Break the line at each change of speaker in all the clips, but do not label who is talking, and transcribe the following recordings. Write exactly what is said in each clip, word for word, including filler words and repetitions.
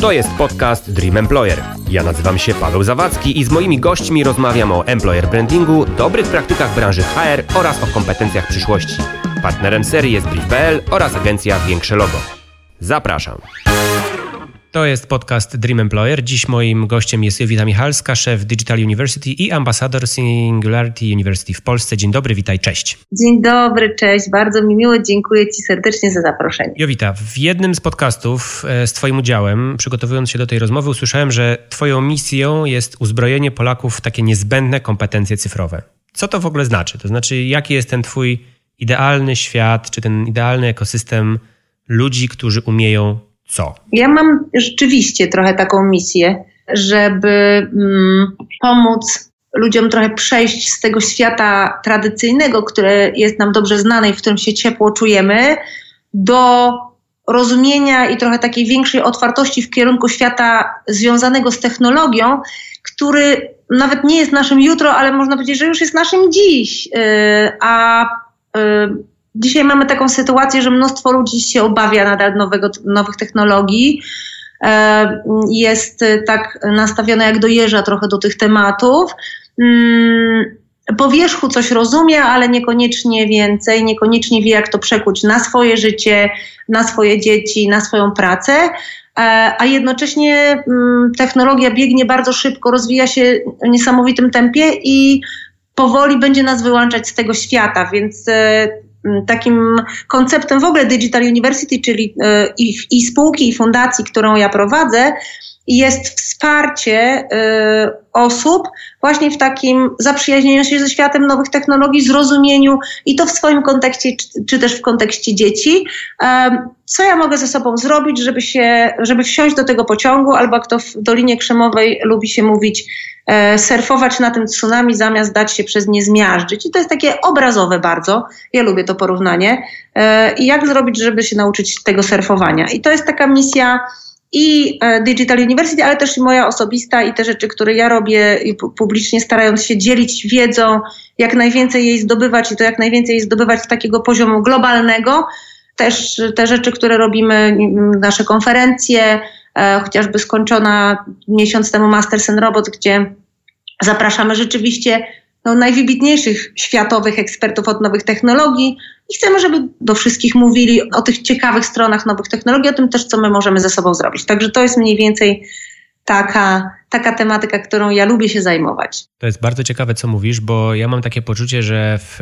To jest podcast Dream Employer. Ja nazywam się Paweł Zawadzki i z moimi gośćmi rozmawiam o employer brandingu, dobrych praktykach branży H R oraz o kompetencjach przyszłości. Partnerem serii jest Brief kropka p l oraz agencja Większe Logo. Zapraszam. To jest podcast Dream Employer. Dziś moim gościem jest Jowita Michalska, szef Digital University i ambasador Singularity University w Polsce. Dzień dobry, witaj, cześć.
Dzień dobry, cześć. Bardzo mi miło, dziękuję Ci serdecznie za zaproszenie.
Jowita, w jednym z podcastów z Twoim udziałem, przygotowując się do tej rozmowy, usłyszałem, że Twoją misją jest uzbrojenie Polaków w takie niezbędne kompetencje cyfrowe. Co to w ogóle znaczy? To znaczy, jaki jest ten Twój idealny świat, czy ten idealny ekosystem ludzi, którzy umieją co?
Ja mam rzeczywiście trochę taką misję, żeby mm, pomóc ludziom trochę przejść z tego świata tradycyjnego, które jest nam dobrze znane i w którym się ciepło czujemy, do rozumienia i trochę takiej większej otwartości w kierunku świata związanego z technologią, który nawet nie jest naszym jutro, ale można powiedzieć, że już jest naszym dziś. Yy, a yy, Dzisiaj mamy taką sytuację, że mnóstwo ludzi się obawia nadal nowego, nowych technologii. Jest tak nastawione jak do jeża trochę do tych tematów. Po wierzchu coś rozumie, ale niekoniecznie więcej, niekoniecznie wie, jak to przekuć na swoje życie, na swoje dzieci, na swoją pracę. A jednocześnie technologia biegnie bardzo szybko, rozwija się w niesamowitym tempie i powoli będzie nas wyłączać z tego świata, więc takim konceptem w ogóle Digital University, czyli y, i, i spółki, i fundacji, którą ja prowadzę, jest wsparcie y, osób właśnie w takim zaprzyjaźnieniu się ze światem nowych technologii, zrozumieniu i to w swoim kontekście, czy, czy też w kontekście dzieci. Y, co ja mogę ze sobą zrobić, żeby się, żeby wsiąść do tego pociągu, albo jak to w Dolinie Krzemowej lubi się mówić, y, surfować na tym tsunami zamiast dać się przez nie zmiażdżyć. I to jest takie obrazowe bardzo. Ja lubię to porównanie. Y, I jak zrobić, żeby się nauczyć tego surfowania. I to jest taka misja i Digital University, ale też i moja osobista i te rzeczy, które ja robię publicznie, starając się dzielić wiedzą, jak najwięcej jej zdobywać i to jak najwięcej jej zdobywać z takiego poziomu globalnego. Też te rzeczy, które robimy, nasze konferencje, e, chociażby skończona miesiąc temu Masters and Robots, gdzie zapraszamy rzeczywiście no, najwybitniejszych światowych ekspertów od nowych technologii i chcemy, żeby do wszystkich mówili o tych ciekawych stronach nowych technologii, o tym też, co my możemy ze sobą zrobić. Także to jest mniej więcej taka, taka tematyka, którą ja lubię się zajmować.
To jest bardzo ciekawe, co mówisz, bo ja mam takie poczucie, że w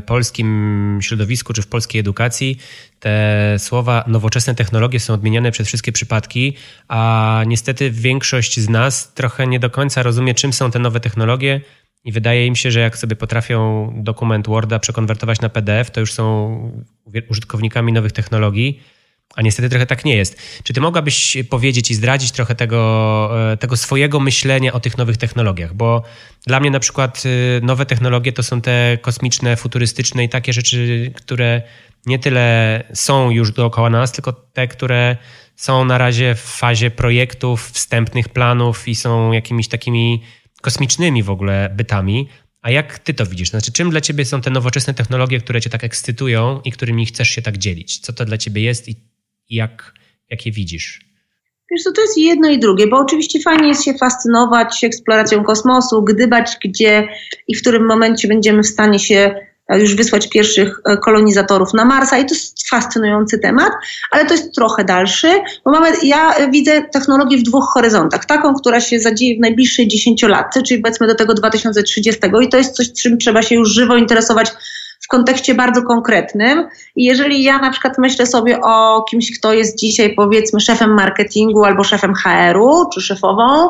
polskim środowisku czy w polskiej edukacji te słowa nowoczesne technologie są odmieniane przez wszystkie przypadki, a niestety większość z nas trochę nie do końca rozumie, czym są te nowe technologie. I wydaje im się, że jak sobie potrafią dokument Worda przekonwertować na P D F, to już są użytkownikami nowych technologii, a niestety trochę tak nie jest. Czy ty mogłabyś powiedzieć i zdradzić trochę tego, tego swojego myślenia o tych nowych technologiach? Bo dla mnie na przykład nowe technologie to są te kosmiczne, futurystyczne i takie rzeczy, które nie tyle są już dookoła nas, tylko te, które są na razie w fazie projektów, wstępnych planów i są jakimiś takimi kosmicznymi w ogóle bytami. A jak ty to widzisz? Znaczy, czym dla ciebie są te nowoczesne technologie, które cię tak ekscytują i którymi chcesz się tak dzielić? Co to dla ciebie jest i jak, jak je widzisz?
Wiesz co, to jest jedno i drugie, bo oczywiście fajnie jest się fascynować eksploracją kosmosu, gdybać, gdzie i w którym momencie będziemy w stanie się już wysłać pierwszych kolonizatorów na Marsa i to jest fascynujący temat, ale to jest trochę dalszy, bo mamy, ja widzę technologię w dwóch horyzontach. Taką, która się zadzieje w najbliższej dziesięciolatce, czyli powiedzmy do tego dwa tysiące trzydziestego i to jest coś, czym trzeba się już żywo interesować w kontekście bardzo konkretnym. I jeżeli ja na przykład myślę sobie o kimś, kto jest dzisiaj powiedzmy szefem marketingu albo szefem H R u czy szefową,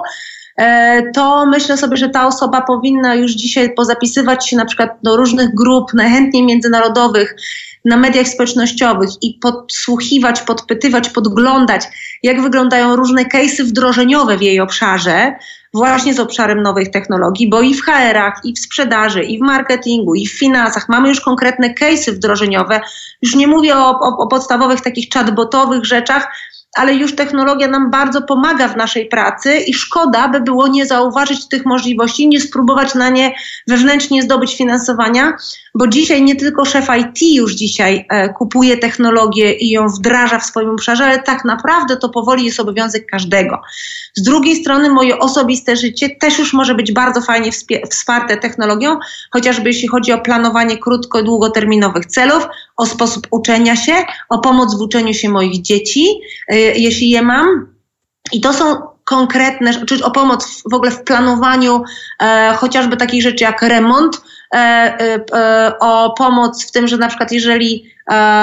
to myślę sobie, że ta osoba powinna już dzisiaj pozapisywać się na przykład do różnych grup, najchętniej międzynarodowych, na mediach społecznościowych i podsłuchiwać, podpytywać, podglądać, jak wyglądają różne case'y wdrożeniowe w jej obszarze, właśnie z obszarem nowych technologii, bo i w H R ach, i w sprzedaży, i w marketingu, i w finansach mamy już konkretne case'y wdrożeniowe. Już nie mówię o, o, o podstawowych takich chatbotowych rzeczach, ale już technologia nam bardzo pomaga w naszej pracy i szkoda by było nie zauważyć tych możliwości, nie spróbować na nie wewnętrznie zdobyć finansowania, bo dzisiaj nie tylko szef I T już dzisiaj e, kupuje technologię i ją wdraża w swoim obszarze, ale tak naprawdę to powoli jest obowiązek każdego. Z drugiej strony moje osobiste życie też już może być bardzo fajnie wspie- wsparte technologią, chociażby jeśli chodzi o planowanie krótko- i długoterminowych celów, o sposób uczenia się, o pomoc w uczeniu się moich dzieci, e, jeśli je mam. I to są konkretne, czy o pomoc w ogóle w planowaniu e, chociażby takich rzeczy jak remont, e, e, o pomoc w tym, że na przykład jeżeli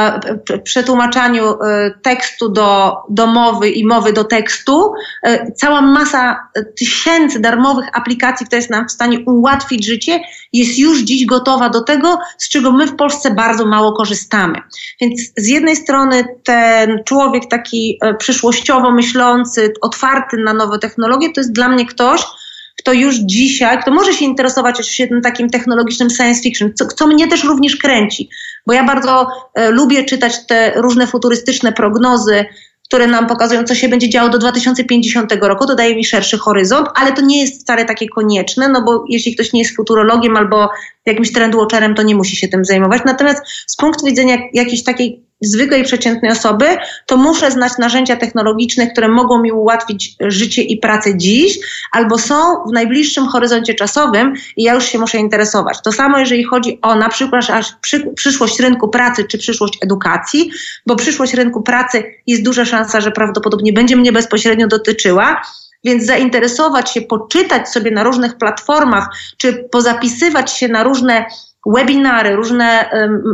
e, przetłumaczaniu e, tekstu do, do mowy i mowy do tekstu, e, cała masa tysięcy darmowych aplikacji, która jest nam w stanie ułatwić życie, jest już dziś gotowa do tego, z czego my w Polsce bardzo mało korzystamy. Więc z jednej strony ten człowiek taki e, przyszłościowo myślący, otwarty na nowe technologie, to jest dla mnie ktoś, kto już dzisiaj, kto może się interesować oczywiście tym takim technologicznym science fiction, co, co mnie też również kręci, bo ja bardzo e, lubię czytać te różne futurystyczne prognozy, które nam pokazują, co się będzie działo do dwa tysiące pięćdziesiątego roku, to daje mi szerszy horyzont, ale to nie jest wcale takie konieczne, no bo jeśli ktoś nie jest futurologiem albo jakimś trendwatcherem, to nie musi się tym zajmować. Natomiast z punktu widzenia jakiejś takiej zwykłej, przeciętnej osoby, to muszę znać narzędzia technologiczne, które mogą mi ułatwić życie i pracę dziś, albo są w najbliższym horyzoncie czasowym i ja już się muszę interesować. To samo jeżeli chodzi o na przykład aż przy, przyszłość rynku pracy czy przyszłość edukacji, bo przyszłość rynku pracy jest duża szansa, że prawdopodobnie będzie mnie bezpośrednio dotyczyła. Więc zainteresować się, poczytać sobie na różnych platformach, czy pozapisywać się na różne webinary, różne,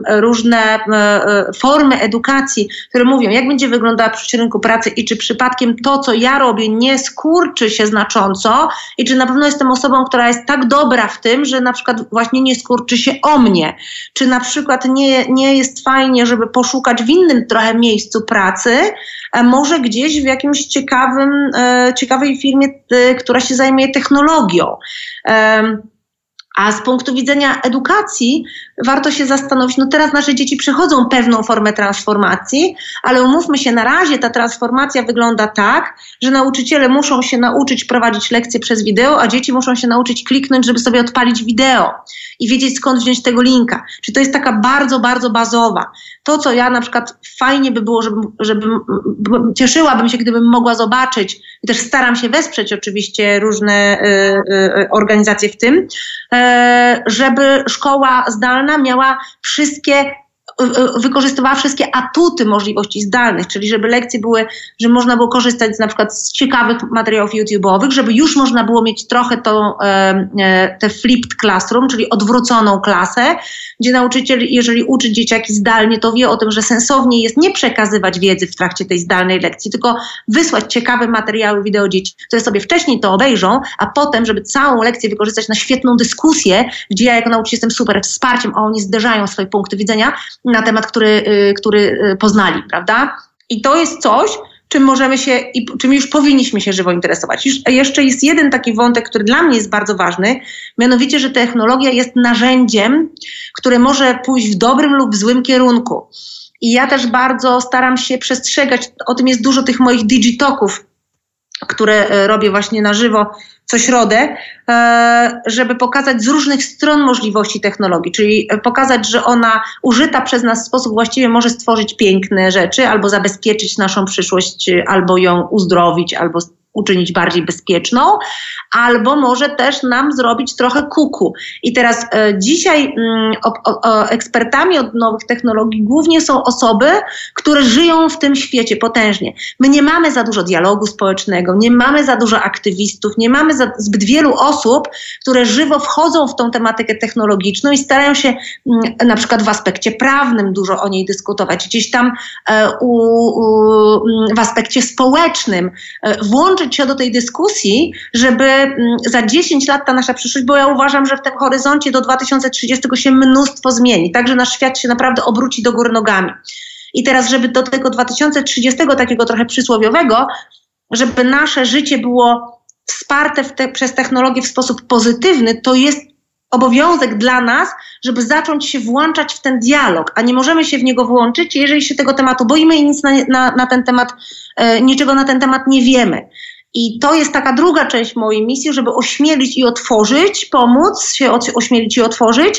różne formy edukacji, które mówią, jak będzie wyglądała przyszłość rynku pracy i czy przypadkiem to, co ja robię, nie skurczy się znacząco i czy na pewno jestem osobą, która jest tak dobra w tym, że na przykład właśnie nie skurczy się o mnie. Czy na przykład nie, nie jest fajnie, żeby poszukać w innym trochę miejscu pracy, a może gdzieś w jakimś ciekawym, ciekawej firmie, która się zajmuje technologią. A z punktu widzenia edukacji warto się zastanowić, no teraz nasze dzieci przechodzą pewną formę transformacji, ale umówmy się, na razie ta transformacja wygląda tak, że nauczyciele muszą się nauczyć prowadzić lekcje przez wideo, a dzieci muszą się nauczyć kliknąć, żeby sobie odpalić wideo i wiedzieć, skąd wziąć tego linka. Czyli to jest taka bardzo, bardzo bazowa. To, co ja na przykład fajnie by było, żeby, żeby cieszyłabym się, gdybym mogła zobaczyć i też staram się wesprzeć oczywiście różne y, y, organizacje w tym, y, żeby szkoła zdalna miała wszystkie, wykorzystywała wszystkie atuty możliwości zdalnych, czyli żeby lekcje były, że można było korzystać z, na przykład z ciekawych materiałów YouTube'owych, żeby już można było mieć trochę tą, te flipped classroom, czyli odwróconą klasę, gdzie nauczyciel, jeżeli uczy dzieciaki zdalnie, to wie o tym, że sensownie jest nie przekazywać wiedzy w trakcie tej zdalnej lekcji, tylko wysłać ciekawe materiały wideo dzieci, które sobie wcześniej to obejrzą, a potem, żeby całą lekcję wykorzystać na świetną dyskusję, gdzie ja jako nauczyciel jestem super wsparciem, a oni zderzają swoje punkty widzenia na temat, który, który poznali, prawda? I to jest coś, czym możemy się i czym już powinniśmy się żywo interesować. Już jeszcze jest jeden taki wątek, który dla mnie jest bardzo ważny, mianowicie, że technologia jest narzędziem, które może pójść w dobrym lub w złym kierunku. I ja też bardzo staram się przestrzegać, o tym jest dużo tych moich digitoków, które robię właśnie na żywo co środę, żeby pokazać z różnych stron możliwości technologii, czyli pokazać, że ona użyta przez nas w sposób właściwy może stworzyć piękne rzeczy, albo zabezpieczyć naszą przyszłość, albo ją uzdrowić, albo uczynić bardziej bezpieczną, albo może też nam zrobić trochę kuku. I teraz e, dzisiaj mm, o, o, ekspertami od nowych technologii głównie są osoby, które żyją w tym świecie potężnie. My nie mamy za dużo dialogu społecznego, nie mamy za dużo aktywistów, nie mamy za, zbyt wielu osób, które żywo wchodzą w tą tematykę technologiczną i starają się mm, na przykład w aspekcie prawnym dużo o niej dyskutować, gdzieś tam e, u, u, w aspekcie społecznym e, włączyć się do tej dyskusji, żeby za dziesięć lat ta nasza przyszłość, bo ja uważam, że w tym horyzoncie do dwa tysiące trzydziestego się mnóstwo zmieni, tak, że nasz świat się naprawdę obróci do góry nogami. I teraz, żeby do tego dwa tysiące trzydziestego takiego trochę przysłowiowego, żeby nasze życie było wsparte w te, przez technologię w sposób pozytywny, to jest obowiązek dla nas, żeby zacząć się włączać w ten dialog, a nie możemy się w niego włączyć, jeżeli się tego tematu boimy i nic na, na, na ten temat, e, niczego na ten temat nie wiemy. I to jest taka druga część mojej misji, żeby ośmielić i otworzyć, pomóc się ośmielić i otworzyć,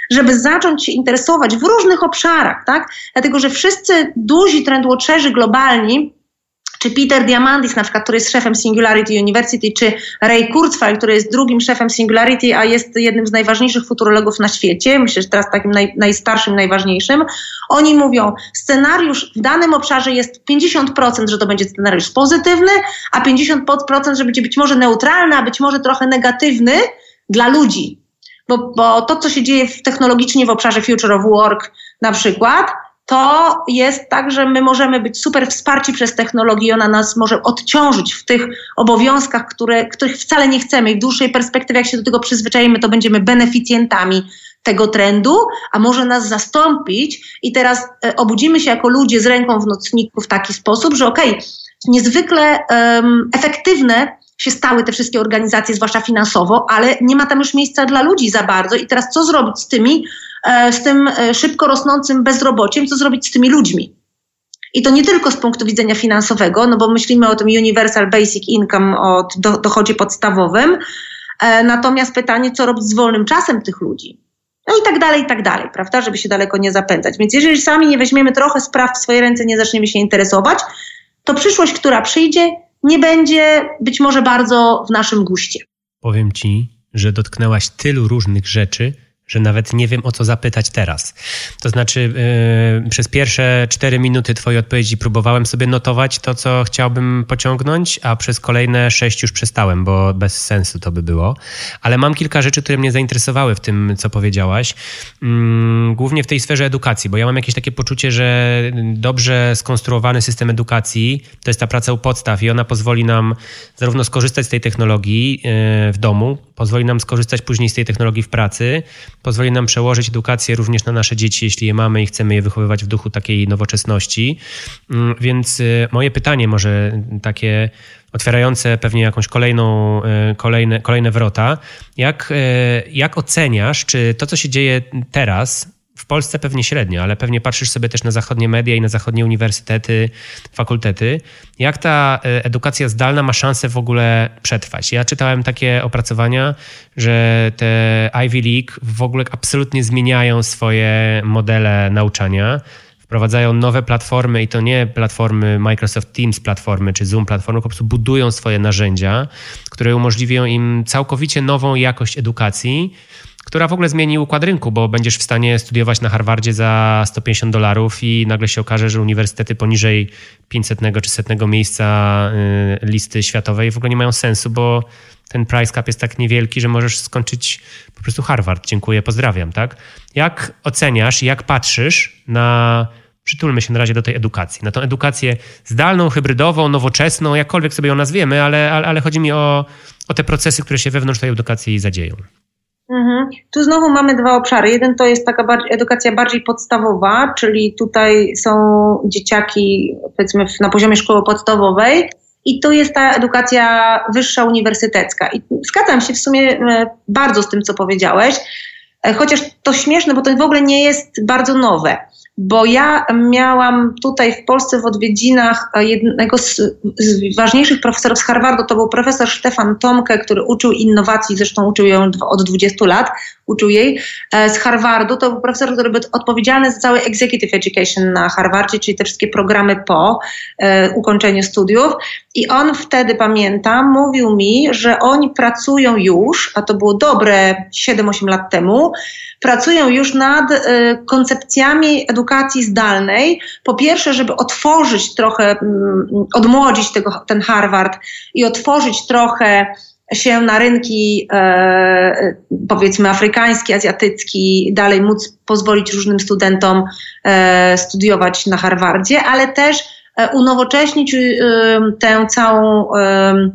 żeby zacząć się interesować w różnych obszarach, tak? Dlatego, że wszyscy duzi trendwatcherzy globalni, czy Peter Diamandis na przykład, który jest szefem Singularity University, czy Ray Kurzweil, który jest drugim szefem Singularity, a jest jednym z najważniejszych futurologów na świecie, myślę, że teraz takim naj, najstarszym, najważniejszym, oni mówią, scenariusz w danym obszarze jest pięćdziesiąt procent, że to będzie scenariusz pozytywny, a pięćdziesiąt procent, że będzie być może neutralny, a być może trochę negatywny dla ludzi. Bo, bo to, co się dzieje w, technologicznie w obszarze Future of Work na przykład, to jest tak, że my możemy być super wsparci przez technologię i ona nas może odciążyć w tych obowiązkach, które, których wcale nie chcemy. I w dłuższej perspektywie, jak się do tego przyzwyczajimy, to będziemy beneficjentami tego trendu, a może nas zastąpić i teraz e, obudzimy się jako ludzie z ręką w nocniku w taki sposób, że okej, okay, niezwykle um, efektywne się stały te wszystkie organizacje, zwłaszcza finansowo, ale nie ma tam już miejsca dla ludzi za bardzo i teraz co zrobić z tymi, z tym szybko rosnącym bezrobociem, co zrobić z tymi ludźmi. I to nie tylko z punktu widzenia finansowego, no bo myślimy o tym Universal Basic Income, o do, dochodzie podstawowym, e, natomiast pytanie, co robić z wolnym czasem tych ludzi. No i tak dalej, i tak dalej, prawda, żeby się daleko nie zapędzać. Więc jeżeli sami nie weźmiemy trochę spraw w swoje ręce, nie zaczniemy się interesować, to przyszłość, która przyjdzie, nie będzie być może bardzo w naszym guście.
Powiem Ci, że dotknęłaś tylu różnych rzeczy, że nawet nie wiem, o co zapytać teraz. To znaczy yy, przez pierwsze cztery minuty twojej odpowiedzi próbowałem sobie notować to, co chciałbym pociągnąć, a przez kolejne sześć już przestałem, bo bez sensu to by było. Ale mam kilka rzeczy, które mnie zainteresowały w tym, co powiedziałaś. Yy, głównie w tej sferze edukacji, bo ja mam jakieś takie poczucie, że dobrze skonstruowany system edukacji to jest ta praca u podstaw i ona pozwoli nam zarówno skorzystać z tej technologii yy, w domu, pozwoli nam skorzystać później z tej technologii w pracy, pozwoli nam przełożyć edukację również na nasze dzieci, jeśli je mamy i chcemy je wychowywać w duchu takiej nowoczesności. Więc moje pytanie może takie otwierające pewnie jakąś kolejną, kolejne, kolejne wrota. Jak, jak oceniasz, czy to, co się dzieje teraz, w Polsce pewnie średnio, ale pewnie patrzysz sobie też na zachodnie media i na zachodnie uniwersytety, fakultety. Jak ta edukacja zdalna ma szansę w ogóle przetrwać? Ja czytałem takie opracowania, że te Ivy League w ogóle absolutnie zmieniają swoje modele nauczania, wprowadzają nowe platformy i to nie platformy Microsoft Teams platformy czy Zoom platformy, po prostu budują swoje narzędzia, które umożliwią im całkowicie nową jakość edukacji, która w ogóle zmieni układ rynku, bo będziesz w stanie studiować na Harvardzie za sto pięćdziesiąt dolarów i nagle się okaże, że uniwersytety poniżej pięćsetnego czy setnego miejsca listy światowej w ogóle nie mają sensu, bo ten price cap jest tak niewielki, że możesz skończyć po prostu Harvard. Dziękuję, pozdrawiam, tak? Jak oceniasz i jak patrzysz na, przytulmy się na razie do tej edukacji, na tą edukację zdalną, hybrydową, nowoczesną, jakkolwiek sobie ją nazwiemy, ale, ale, ale chodzi mi o, o te procesy, które się wewnątrz tej edukacji zadzieją.
Mhm. Tu znowu mamy dwa obszary. Jeden to jest taka bardziej, edukacja bardziej podstawowa, czyli tutaj są dzieciaki, powiedzmy na poziomie szkoły podstawowej i tu jest ta edukacja wyższa uniwersytecka. I zgadzam się w sumie bardzo z tym, co powiedziałeś, chociaż to śmieszne, bo to w ogóle nie jest bardzo nowe. Bo ja miałam tutaj w Polsce w odwiedzinach jednego z, z ważniejszych profesorów z Harvardu, to był profesor Stefan Tomke, który uczył innowacji, zresztą uczył ją od dwudziestu lat, uczył jej z Harvardu. To był profesor, który był odpowiedzialny za cały executive education na Harvardzie, czyli te wszystkie programy po e, ukończeniu studiów. I on wtedy, pamiętam, mówił mi, że oni pracują już, a to było dobre siedem osiem lat temu, pracują już nad y, koncepcjami edukacji zdalnej. Po pierwsze, żeby otworzyć trochę, y, odmłodzić tego, ten Harvard i otworzyć trochę się na rynki e, powiedzmy afrykański, azjatycki, dalej móc pozwolić różnym studentom e, studiować na Harvardzie, ale też e, unowocześnić e, tę całą e,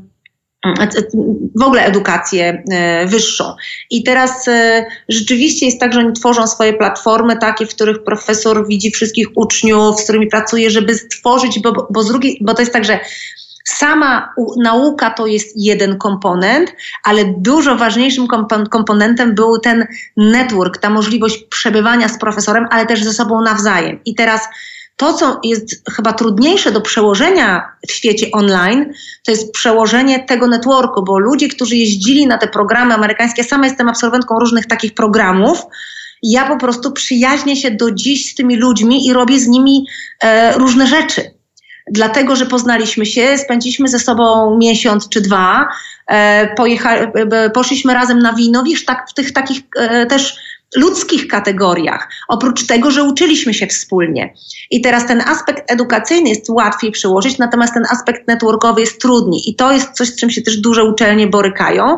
w ogóle edukację wyższą. I teraz rzeczywiście jest tak, że oni tworzą swoje platformy takie, w których profesor widzi wszystkich uczniów, z którymi pracuje, żeby stworzyć, bo, bo, z drugiej, bo to jest tak, że sama nauka to jest jeden komponent, ale dużo ważniejszym komponentem był ten network, ta możliwość przebywania z profesorem, ale też ze sobą nawzajem. I teraz to, co jest chyba trudniejsze do przełożenia w świecie online, to jest przełożenie tego networku, bo ludzie, którzy jeździli na te programy amerykańskie, sama jestem absolwentką różnych takich programów Ja po prostu przyjaźnię się do dziś z tymi ludźmi i robię z nimi e, różne rzeczy. Dlatego, że poznaliśmy się, spędziliśmy ze sobą miesiąc czy dwa, e, pojecha- e, poszliśmy razem na wino, wiesz, tak, w tych takich e, też ludzkich kategoriach. Oprócz tego, że uczyliśmy się wspólnie. I teraz ten aspekt edukacyjny jest łatwiej przełożyć, natomiast ten aspekt networkowy jest trudniej. I to jest coś, z czym się też duże uczelnie borykają.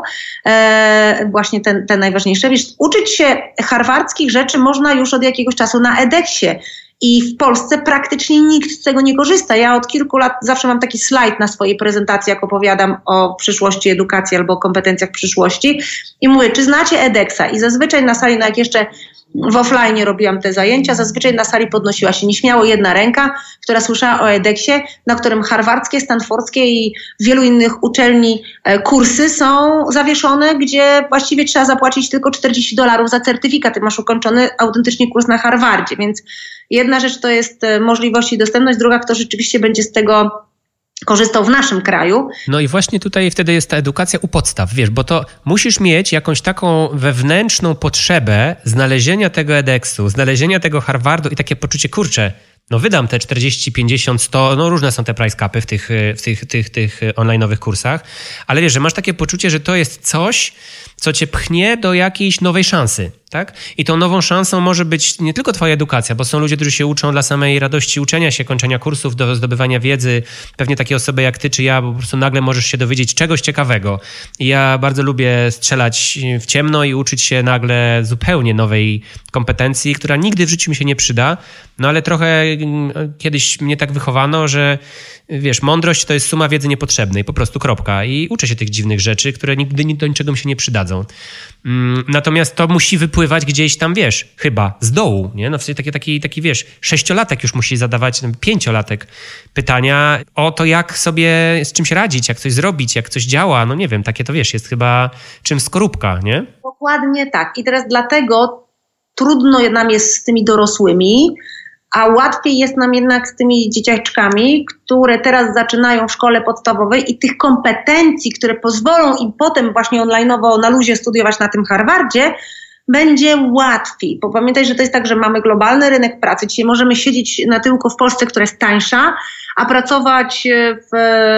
E, właśnie te, te najważniejsze. Wiesz, uczyć się harwardzkich rzeczy można już od jakiegoś czasu na edeksie. I w Polsce praktycznie nikt z tego nie korzysta. Ja od kilku lat zawsze mam taki slajd na swojej prezentacji, jak opowiadam o przyszłości edukacji albo o kompetencjach przyszłości. I mówię, czy znacie edeksa? I zazwyczaj na sali, no jak jeszcze w offline robiłam te zajęcia, zazwyczaj na sali podnosiła się nieśmiało jedna ręka, która słyszała o edeksie, na którym harwardzkie, stanfordzkie i wielu innych uczelni e, kursy są zawieszone, gdzie właściwie trzeba zapłacić tylko czterdzieści dolarów za certyfikat i masz ukończony autentycznie kurs na Harvardzie, więc jedna rzecz to jest e, możliwość i dostępność, druga kto rzeczywiście będzie z tego korzystał w naszym kraju.
No i właśnie tutaj wtedy jest ta edukacja u podstaw, wiesz, bo to musisz mieć jakąś taką wewnętrzną potrzebę znalezienia tego edeksu, znalezienia tego Harvardu i takie poczucie, kurczę, no wydam te czterdzieści, pięćdziesiąt, sto, no różne są te price capy w tych, w tych, tych, tych online'owych kursach, ale wiesz, że masz takie poczucie, że to jest coś, co cię pchnie do jakiejś nowej szansy, tak? I tą nową szansą może być nie tylko twoja edukacja, bo są ludzie, którzy się uczą dla samej radości uczenia się, kończenia kursów, do zdobywania wiedzy. Pewnie takie osoby jak ty czy ja, po prostu nagle możesz się dowiedzieć czegoś ciekawego. I ja bardzo lubię strzelać w ciemno i uczyć się nagle zupełnie nowej kompetencji, która nigdy w życiu mi się nie przyda, no ale trochę kiedyś mnie tak wychowano, że wiesz, mądrość to jest suma wiedzy niepotrzebnej, po prostu kropka. I uczę się tych dziwnych rzeczy, które nigdy do niczego mi się nie przydadzą. Natomiast to musi wypływać gdzieś tam, wiesz, chyba z dołu, nie? No w sensie taki, taki, taki, wiesz, sześciolatek już musi zadawać, pięciolatek pytania o to, jak sobie z czymś radzić, jak coś zrobić, jak coś działa. No nie wiem, takie to, wiesz, jest chyba czym skorupka, nie?
Dokładnie tak. I teraz dlatego trudno nam jest z tymi dorosłymi, a łatwiej jest nam jednak z tymi dzieciaczkami, które teraz zaczynają w szkole podstawowej i tych kompetencji, które pozwolą im potem właśnie online'owo na luzie studiować na tym Harvardzie, będzie łatwiej. Bo pamiętaj, że to jest tak, że mamy globalny rynek pracy. Dzisiaj możemy siedzieć na tyłku w Polsce, która jest tańsza, a pracować w,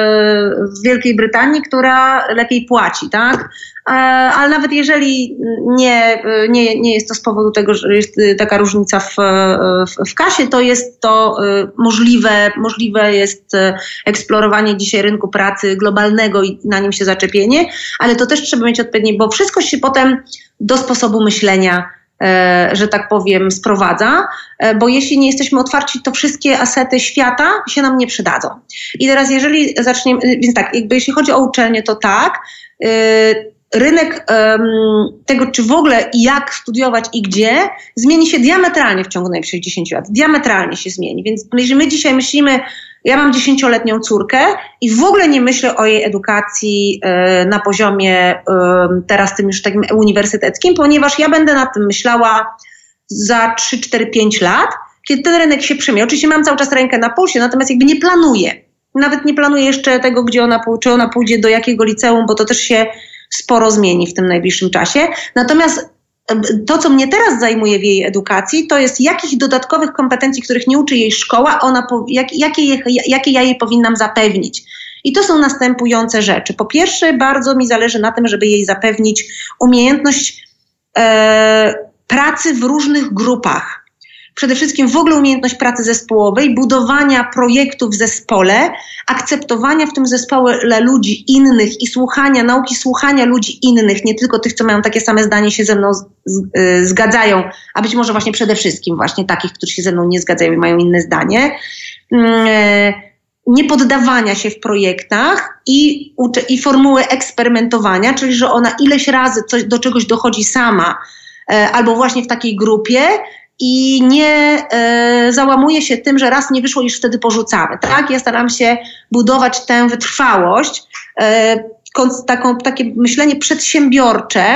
w Wielkiej Brytanii, która lepiej płaci, tak? Ale nawet jeżeli nie, nie, nie jest to z powodu tego, że jest taka różnica w, w, w kasie, to jest to możliwe, możliwe jest eksplorowanie dzisiaj rynku pracy globalnego i na nim się zaczepienie, ale to też trzeba mieć odpowiednie, bo wszystko się potem do sposobu myślenia, że tak powiem, sprowadza, bo jeśli nie jesteśmy otwarci, to wszystkie asety świata się nam nie przydadzą. I teraz jeżeli zaczniemy, więc tak, jakby jeśli chodzi o uczelnię, to tak, rynek um, tego, czy w ogóle i jak studiować i gdzie, zmieni się diametralnie w ciągu najbliższych dziesięciu lat. Diametralnie się zmieni. Więc jeżeli my dzisiaj myślimy, ja mam dziesięcioletnią córkę i w ogóle nie myślę o jej edukacji y, na poziomie y, teraz tym już takim uniwersyteckim, ponieważ ja będę nad tym myślała za trzy, cztery, pięć lat, kiedy ten rynek się przyjmie. Oczywiście mam cały czas rękę na pulsie, natomiast jakby nie planuję. Nawet nie planuję jeszcze tego, gdzie ona, czy ona pójdzie, do jakiego liceum, bo to też się sporo zmieni w tym najbliższym czasie. Natomiast to, co mnie teraz zajmuje w jej edukacji, to jest jakich dodatkowych kompetencji, których nie uczy jej szkoła, ona, jak, jakie, jakie ja jej powinnam zapewnić. I to są następujące rzeczy. Po pierwsze, bardzo mi zależy na tym, żeby jej zapewnić umiejętność e, pracy w różnych grupach. Przede wszystkim w ogóle umiejętność pracy zespołowej, budowania projektu w zespole, akceptowania w tym zespole ludzi innych i słuchania, nauki słuchania ludzi innych, nie tylko tych, co mają takie same zdanie, się ze mną z, z, y, zgadzają, a być może właśnie przede wszystkim właśnie takich, którzy się ze mną nie zgadzają i mają inne zdanie. Y, nie poddawania się w projektach i, i formuły eksperymentowania, czyli że ona ileś razy coś, do czegoś dochodzi sama, y, albo właśnie w takiej grupie, i nie e, załamuje się tym, że raz nie wyszło, już wtedy porzucamy. Tak? Ja staram się budować tę wytrwałość, e, taką, takie myślenie przedsiębiorcze,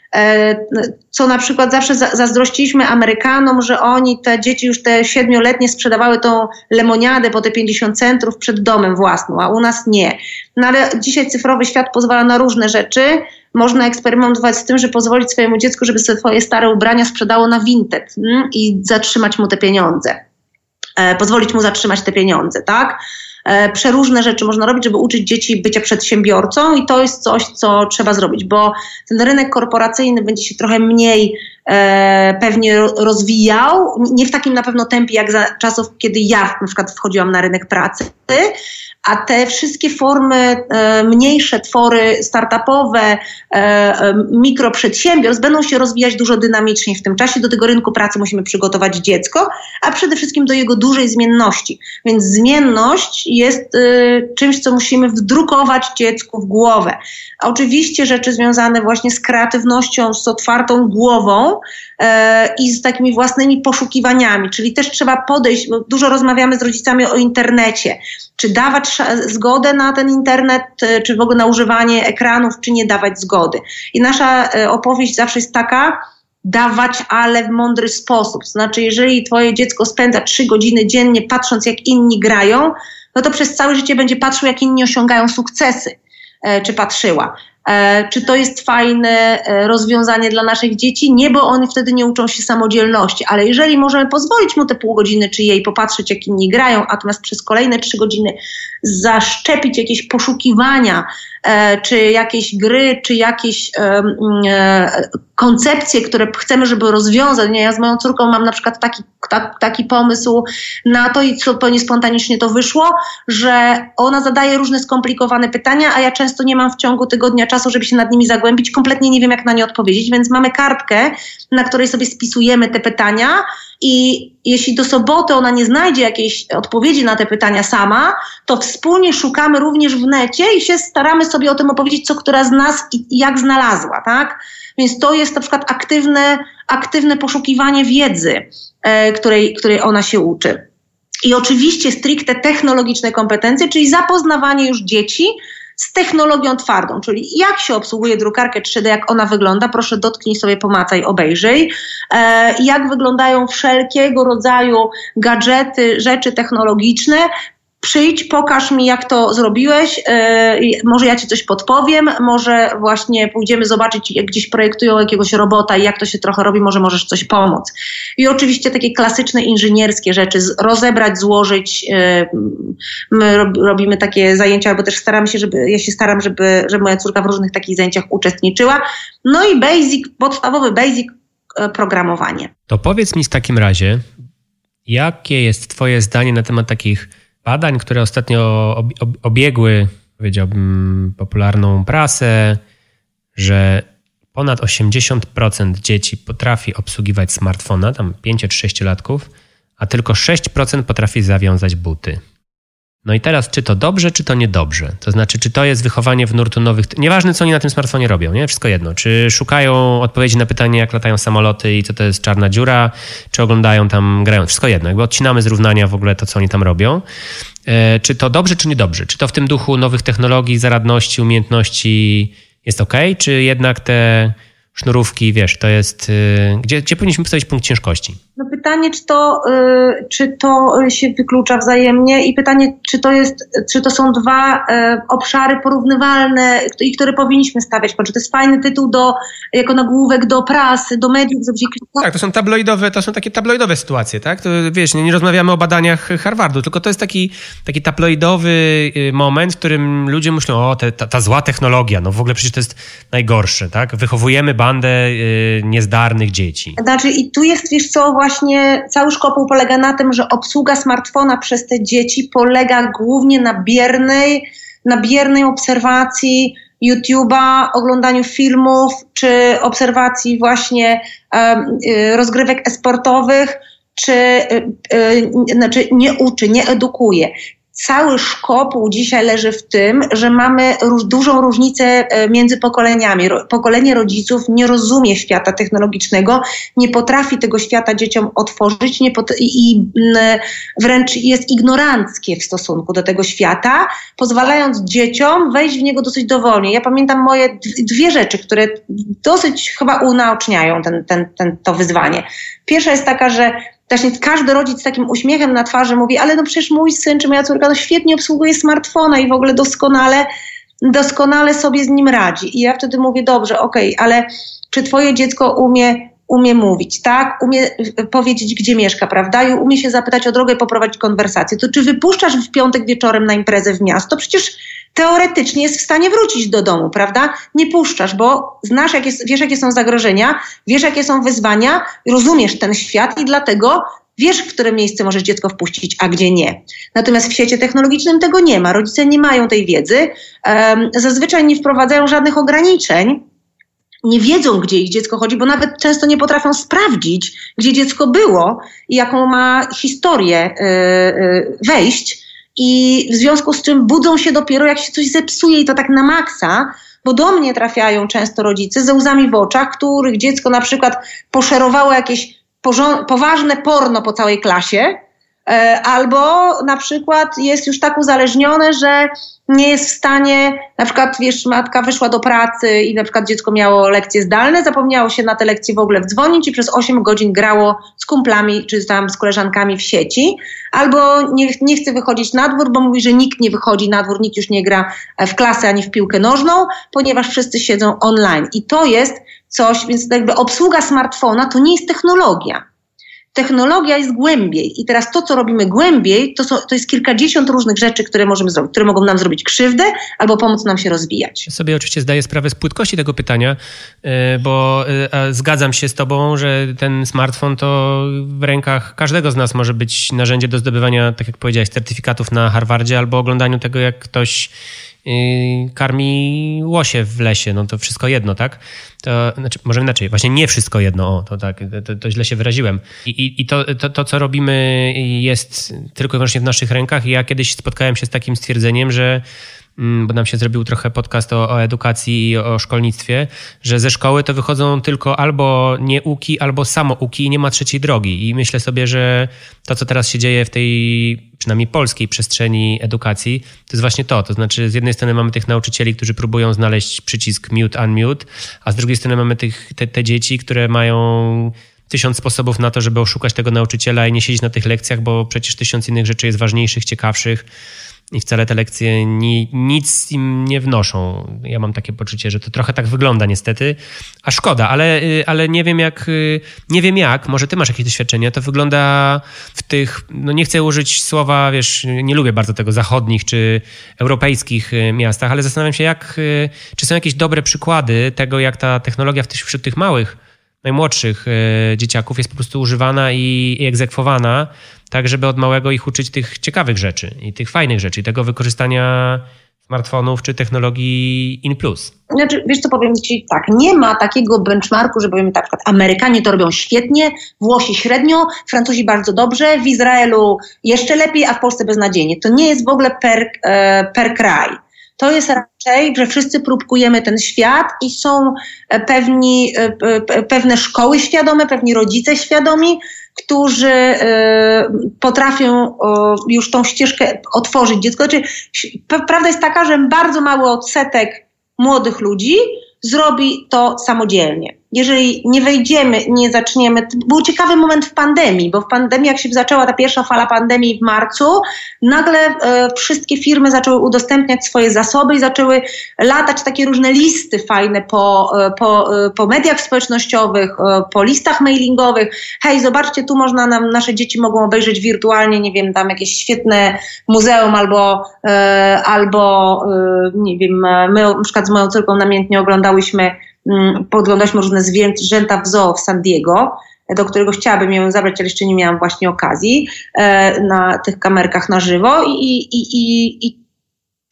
Co na przykład zawsze zazdrościliśmy Amerykanom, że oni, te dzieci już te siedmioletnie sprzedawały tą lemoniadę po te pięćdziesiąt centów przed domem własnym, a u nas nie. No ale dzisiaj cyfrowy świat pozwala na różne rzeczy. Można eksperymentować z tym, że pozwolić swojemu dziecku, żeby sobie swoje stare ubrania sprzedało na Vinted mm, i zatrzymać mu te pieniądze. E, pozwolić mu zatrzymać te pieniądze, tak? E, przeróżne rzeczy można robić, żeby uczyć dzieci bycia przedsiębiorcą i to jest coś, co trzeba zrobić, bo ten rynek korporacyjny będzie się trochę mniej e, pewnie rozwijał, nie w takim na pewno tempie jak za czasów, kiedy ja na przykład wchodziłam na rynek pracy, a te wszystkie formy, e, mniejsze twory startupowe, e, e, mikroprzedsiębiorstw będą się rozwijać dużo dynamiczniej w tym czasie. Do tego rynku pracy musimy przygotować dziecko, a przede wszystkim do jego dużej zmienności. Więc zmienność jest e, czymś, co musimy wdrukować dziecku w głowę. A oczywiście rzeczy związane właśnie z kreatywnością, z otwartą głową e, i z takimi własnymi poszukiwaniami, czyli też trzeba podejść, bo dużo rozmawiamy z rodzicami o internecie, czy dawać zgodę na ten internet, czy w ogóle na używanie ekranów, czy nie dawać zgody. I nasza opowieść zawsze jest taka, dawać, ale w mądry sposób. To znaczy, jeżeli twoje dziecko spędza trzy godziny dziennie patrząc, jak inni grają, no to przez całe życie będzie patrzył, jak inni osiągają sukcesy, czy patrzyła. Czy to jest fajne rozwiązanie dla naszych dzieci? Nie, bo oni wtedy nie uczą się samodzielności, ale jeżeli możemy pozwolić mu te pół godziny czy jej popatrzeć, jak inni grają, natomiast przez kolejne trzy godziny zaszczepić jakieś poszukiwania, czy jakieś gry, czy jakieś koncepcje, które chcemy, żeby rozwiązać. Nie, ja z moją córką mam na przykład taki, ta, taki pomysł na to i zupełnie spontanicznie to wyszło, że ona zadaje różne skomplikowane pytania, a ja często nie mam w ciągu tygodnia czasu, żeby się nad nimi zagłębić. Kompletnie nie wiem, jak na nie odpowiedzieć, więc mamy kartkę, na której sobie spisujemy te pytania i jeśli do soboty ona nie znajdzie jakiejś odpowiedzi na te pytania sama, to wspólnie szukamy również w necie i się staramy sobie o tym opowiedzieć, co która z nas i jak znalazła, tak? Więc to jest na przykład aktywne, aktywne poszukiwanie wiedzy, e, której, której ona się uczy. I oczywiście stricte technologiczne kompetencje, czyli zapoznawanie już dzieci z technologią twardą, czyli jak się obsługuje drukarkę trzy D, jak ona wygląda, proszę dotknij sobie, pomacaj, obejrzyj, e, jak wyglądają wszelkiego rodzaju gadżety, rzeczy technologiczne. Przyjdź, pokaż mi, jak to zrobiłeś, yy, może ja ci coś podpowiem, może właśnie pójdziemy zobaczyć, jak gdzieś projektują jakiegoś robota i jak to się trochę robi, może możesz coś pomóc. I oczywiście takie klasyczne inżynierskie rzeczy, z, rozebrać, złożyć. Yy, my rob, robimy takie zajęcia, albo też staramy się, żeby, ja się staram, żeby, żeby moja córka w różnych takich zajęciach uczestniczyła. No i basic, podstawowy basic, yy, programowanie.
To powiedz mi w takim razie, jakie jest twoje zdanie na temat takich badań, które ostatnio obiegły, powiedziałbym, popularną prasę, że ponad osiemdziesiąt procent dzieci potrafi obsługiwać smartfona, tam pięcio czy sześciolatków, a tylko sześć procent potrafi zawiązać buty. No i teraz, czy to dobrze, czy to niedobrze? To znaczy, czy to jest wychowanie w nurtu nowych... Nieważne, co oni na tym smartfonie robią, nie? Wszystko jedno. Czy szukają odpowiedzi na pytanie, jak latają samoloty i co to jest czarna dziura, czy oglądają tam, grają. Wszystko jedno. Jakby odcinamy z równania w ogóle to, co oni tam robią. E, czy to dobrze, czy niedobrze? Czy to w tym duchu nowych technologii, zaradności, umiejętności jest okej? Czy jednak te sznurówki, wiesz, to jest... Yy, gdzie, gdzie powinniśmy postawić punkt ciężkości?
No pytanie, czy to, yy, czy to się wyklucza wzajemnie i pytanie, czy to jest, czy to są dwa yy, obszary porównywalne i które powinniśmy stawiać. Czy to jest fajny tytuł do, jako nagłówek do prasy, do mediów. Do...
Tak, to są tabloidowe, to są takie tabloidowe sytuacje, tak? To, wiesz, nie, nie rozmawiamy o badaniach Harvardu, tylko to jest taki, taki tabloidowy moment, w którym ludzie myślą, o, te, ta, ta zła technologia, no w ogóle przecież to jest najgorsze, tak? Wychowujemy bandę yy, niezdarnych dzieci.
Znaczy i tu jest, wiesz co, właśnie cały szkopuł polega na tym, że obsługa smartfona przez te dzieci polega głównie na biernej, na biernej obserwacji YouTube'a, oglądaniu filmów, czy obserwacji właśnie um, rozgrywek e-sportowych, czy y, y, znaczy nie uczy, nie edukuje. cały szkopuł dzisiaj leży w tym, że mamy róż, dużą różnicę między pokoleniami. Pokolenie rodziców nie rozumie świata technologicznego, nie potrafi tego świata dzieciom otworzyć nie pot- i wręcz jest ignoranckie w stosunku do tego świata, pozwalając dzieciom wejść w niego dosyć dowolnie. Ja pamiętam moje dwie rzeczy, które dosyć chyba unaoczniają ten, ten, ten, to wyzwanie. Pierwsza jest taka, że właśnie każdy rodzic z takim uśmiechem na twarzy mówi, ale no przecież mój syn czy moja córka no świetnie obsługuje smartfona i w ogóle doskonale, doskonale sobie z nim radzi. I ja wtedy mówię, dobrze, okej, okay, ale czy twoje dziecko umie, umie mówić, tak? Umie powiedzieć, gdzie mieszka, prawda? I umie się zapytać o drogę i poprowadzić konwersację. To czy wypuszczasz w piątek wieczorem na imprezę w miasto? Przecież teoretycznie jest w stanie wrócić do domu, prawda? Nie puszczasz, bo znasz, jak jest, wiesz, jakie są zagrożenia, wiesz, jakie są wyzwania, rozumiesz ten świat i dlatego wiesz, w które miejsce możesz dziecko wpuścić, a gdzie nie. Natomiast w świecie technologicznym tego nie ma. Rodzice nie mają tej wiedzy. Um, zazwyczaj nie wprowadzają żadnych ograniczeń. Nie wiedzą, gdzie ich dziecko chodzi, bo nawet często nie potrafią sprawdzić, gdzie dziecko było i jaką ma historię yy, yy, wejść. I w związku z czym budzą się dopiero, jak się coś zepsuje i to tak na maksa, bo do mnie trafiają często rodzice ze łzami w oczach, których dziecko na przykład poszerowało jakieś porząd- poważne porno po całej klasie, e, albo na przykład jest już tak uzależnione, że nie jest w stanie, na przykład wiesz, matka wyszła do pracy i na przykład dziecko miało lekcje zdalne, zapomniało się na te lekcje w ogóle wdzwonić i przez osiem godzin grało z kumplami czy tam z koleżankami w sieci, albo nie, nie chce wychodzić na dwór, bo mówi, że nikt nie wychodzi na dwór, nikt już nie gra w klasę ani w piłkę nożną, ponieważ wszyscy siedzą online. I to jest coś, więc jakby obsługa smartfona to nie jest technologia. Technologia jest głębiej i teraz to, co robimy głębiej, to, są, to jest kilkadziesiąt różnych rzeczy, które możemy zrobić, które mogą nam zrobić krzywdę albo pomóc nam się rozwijać.
Ja sobie oczywiście zdaję sprawę z płytkości tego pytania, bo zgadzam się z tobą, że ten smartfon to w rękach każdego z nas może być narzędzie do zdobywania, tak jak powiedziałeś, certyfikatów na Harvardzie albo oglądaniu tego, jak ktoś karmi łosie w lesie, no to wszystko jedno, tak? To znaczy, może inaczej, właśnie nie wszystko jedno, o, to tak, to, to źle się wyraziłem. I, i, i to, to, to, co robimy, jest tylko i wyłącznie w naszych rękach. I ja kiedyś spotkałem się z takim stwierdzeniem, że bo nam się zrobił trochę podcast o, o edukacji i o szkolnictwie, że ze szkoły to wychodzą tylko albo nieuki, albo samouki i nie ma trzeciej drogi. I myślę sobie, że to, co teraz się dzieje w tej przynajmniej polskiej przestrzeni edukacji, to jest właśnie to. To znaczy z jednej strony mamy tych nauczycieli, którzy próbują znaleźć przycisk mute, unmute, a z drugiej strony mamy tych, te, te dzieci, które mają tysiąc sposobów na to, żeby oszukać tego nauczyciela i nie siedzieć na tych lekcjach, bo przecież tysiąc innych rzeczy jest ważniejszych, ciekawszych. I wcale te lekcje ni, nic im nie wnoszą. Ja mam takie poczucie, że to trochę tak wygląda niestety, a szkoda, ale, ale nie wiem jak, nie wiem jak, może ty masz jakieś doświadczenia, to wygląda w tych, no nie chcę użyć słowa, wiesz, nie lubię bardzo tego, zachodnich czy europejskich miastach, ale zastanawiam się jak, czy są jakieś dobre przykłady tego, jak ta technologia w tych, wśród tych małych, najmłodszych dzieciaków jest po prostu używana i, i egzekwowana, tak żeby od małego ich uczyć tych ciekawych rzeczy i tych fajnych rzeczy i tego wykorzystania smartfonów czy technologii in plus.
Znaczy, wiesz co, powiem ci tak, nie ma takiego benchmarku, że powiem tak, na przykład Amerykanie to robią świetnie, Włosi średnio, Francuzi bardzo dobrze, w Izraelu jeszcze lepiej, a w Polsce beznadziejnie. To nie jest w ogóle per, per kraj. To jest raczej, że wszyscy próbkujemy ten świat i są pewni, pewne szkoły świadome, pewni rodzice świadomi, którzy potrafią już tą ścieżkę otworzyć dziecko. Znaczy, prawda jest taka, że bardzo mały odsetek młodych ludzi zrobi to samodzielnie. Jeżeli nie wejdziemy, nie zaczniemy... Był ciekawy moment w pandemii, bo w pandemii, jak się zaczęła ta pierwsza fala pandemii w marcu, nagle e, wszystkie firmy zaczęły udostępniać swoje zasoby i zaczęły latać takie różne listy fajne po, e, po, e, po mediach społecznościowych, e, po listach mailingowych. Hej, zobaczcie, tu można nam, nasze dzieci mogą obejrzeć wirtualnie, nie wiem, tam jakieś świetne muzeum albo, e, albo e, nie wiem, my na przykład z moją córką namiętnie oglądałyśmy podglądaliśmy różne zwierzęta w zoo w San Diego, do którego chciałabym ją zabrać, ale jeszcze nie miałam właśnie okazji, na tych kamerkach na żywo i, i, i, i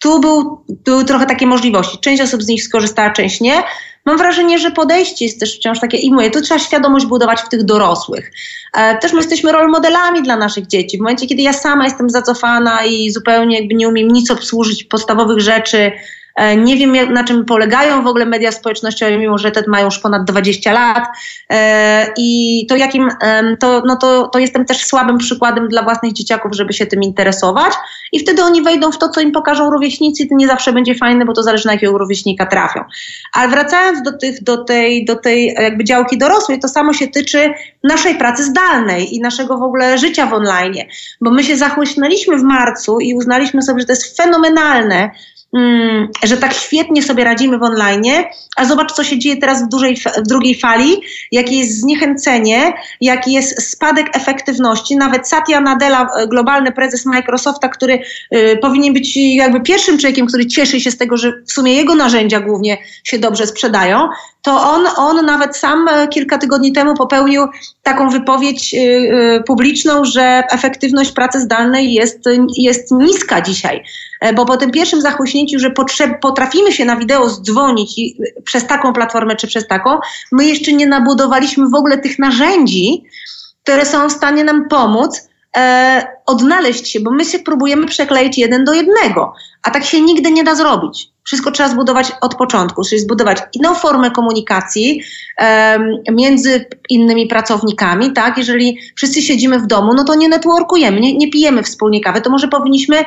tu był, były trochę takie możliwości. Część osób z nich skorzystała, część nie. Mam wrażenie, że podejście jest też wciąż takie i mówię, tu trzeba świadomość budować w tych dorosłych. E, też my jesteśmy role modelami dla naszych dzieci. W momencie, kiedy ja sama jestem zacofana i zupełnie jakby nie umiem nic obsłużyć podstawowych rzeczy, e, nie wiem jak, na czym polegają w ogóle media społecznościowe, mimo że te mają już ponad dwadzieścia lat e, i to jakim, e, to, no to, to jestem też słabym przykładem dla własnych dzieciaków, żeby się tym interesować i wtedy oni wejdą w to, co im pokażą rówieśnicy i to nie zawsze będzie fajne, bo to zależy na jakiego rówieśnika trafią. Ale wracając do, tych, do, tej, do tej jakby działki dorosłej, to samo się tyczy naszej pracy zdalnej i naszego w ogóle życia w online, bo my się zachłysnęliśmy w marcu i uznaliśmy sobie, że to jest fenomenalne, Hmm, że tak świetnie sobie radzimy w online, a zobacz, co się dzieje teraz w, dużej, w drugiej fali, jakie jest zniechęcenie, jaki jest spadek efektywności. Nawet Satya Nadella, globalny prezes Microsofta, który y, powinien być jakby pierwszym człowiekiem, który cieszy się z tego, że w sumie jego narzędzia głównie się dobrze sprzedają, to on, on nawet sam kilka tygodni temu popełnił taką wypowiedź y, y, publiczną, że efektywność pracy zdalnej jest, jest niska dzisiaj. Bo po tym pierwszym zachłyśnięciu, że potrzeb, potrafimy się na wideo zdzwonić i, przez taką platformę czy przez taką, my jeszcze nie nabudowaliśmy w ogóle tych narzędzi, które są w stanie nam pomóc e, odnaleźć się, bo my się próbujemy przekleić jeden do jednego, a tak się nigdy nie da zrobić. Wszystko trzeba zbudować od początku, czyli zbudować inną formę komunikacji e, między innymi pracownikami, tak? Jeżeli wszyscy siedzimy w domu, no to nie networkujemy, nie, nie pijemy wspólnie kawy, to może powinniśmy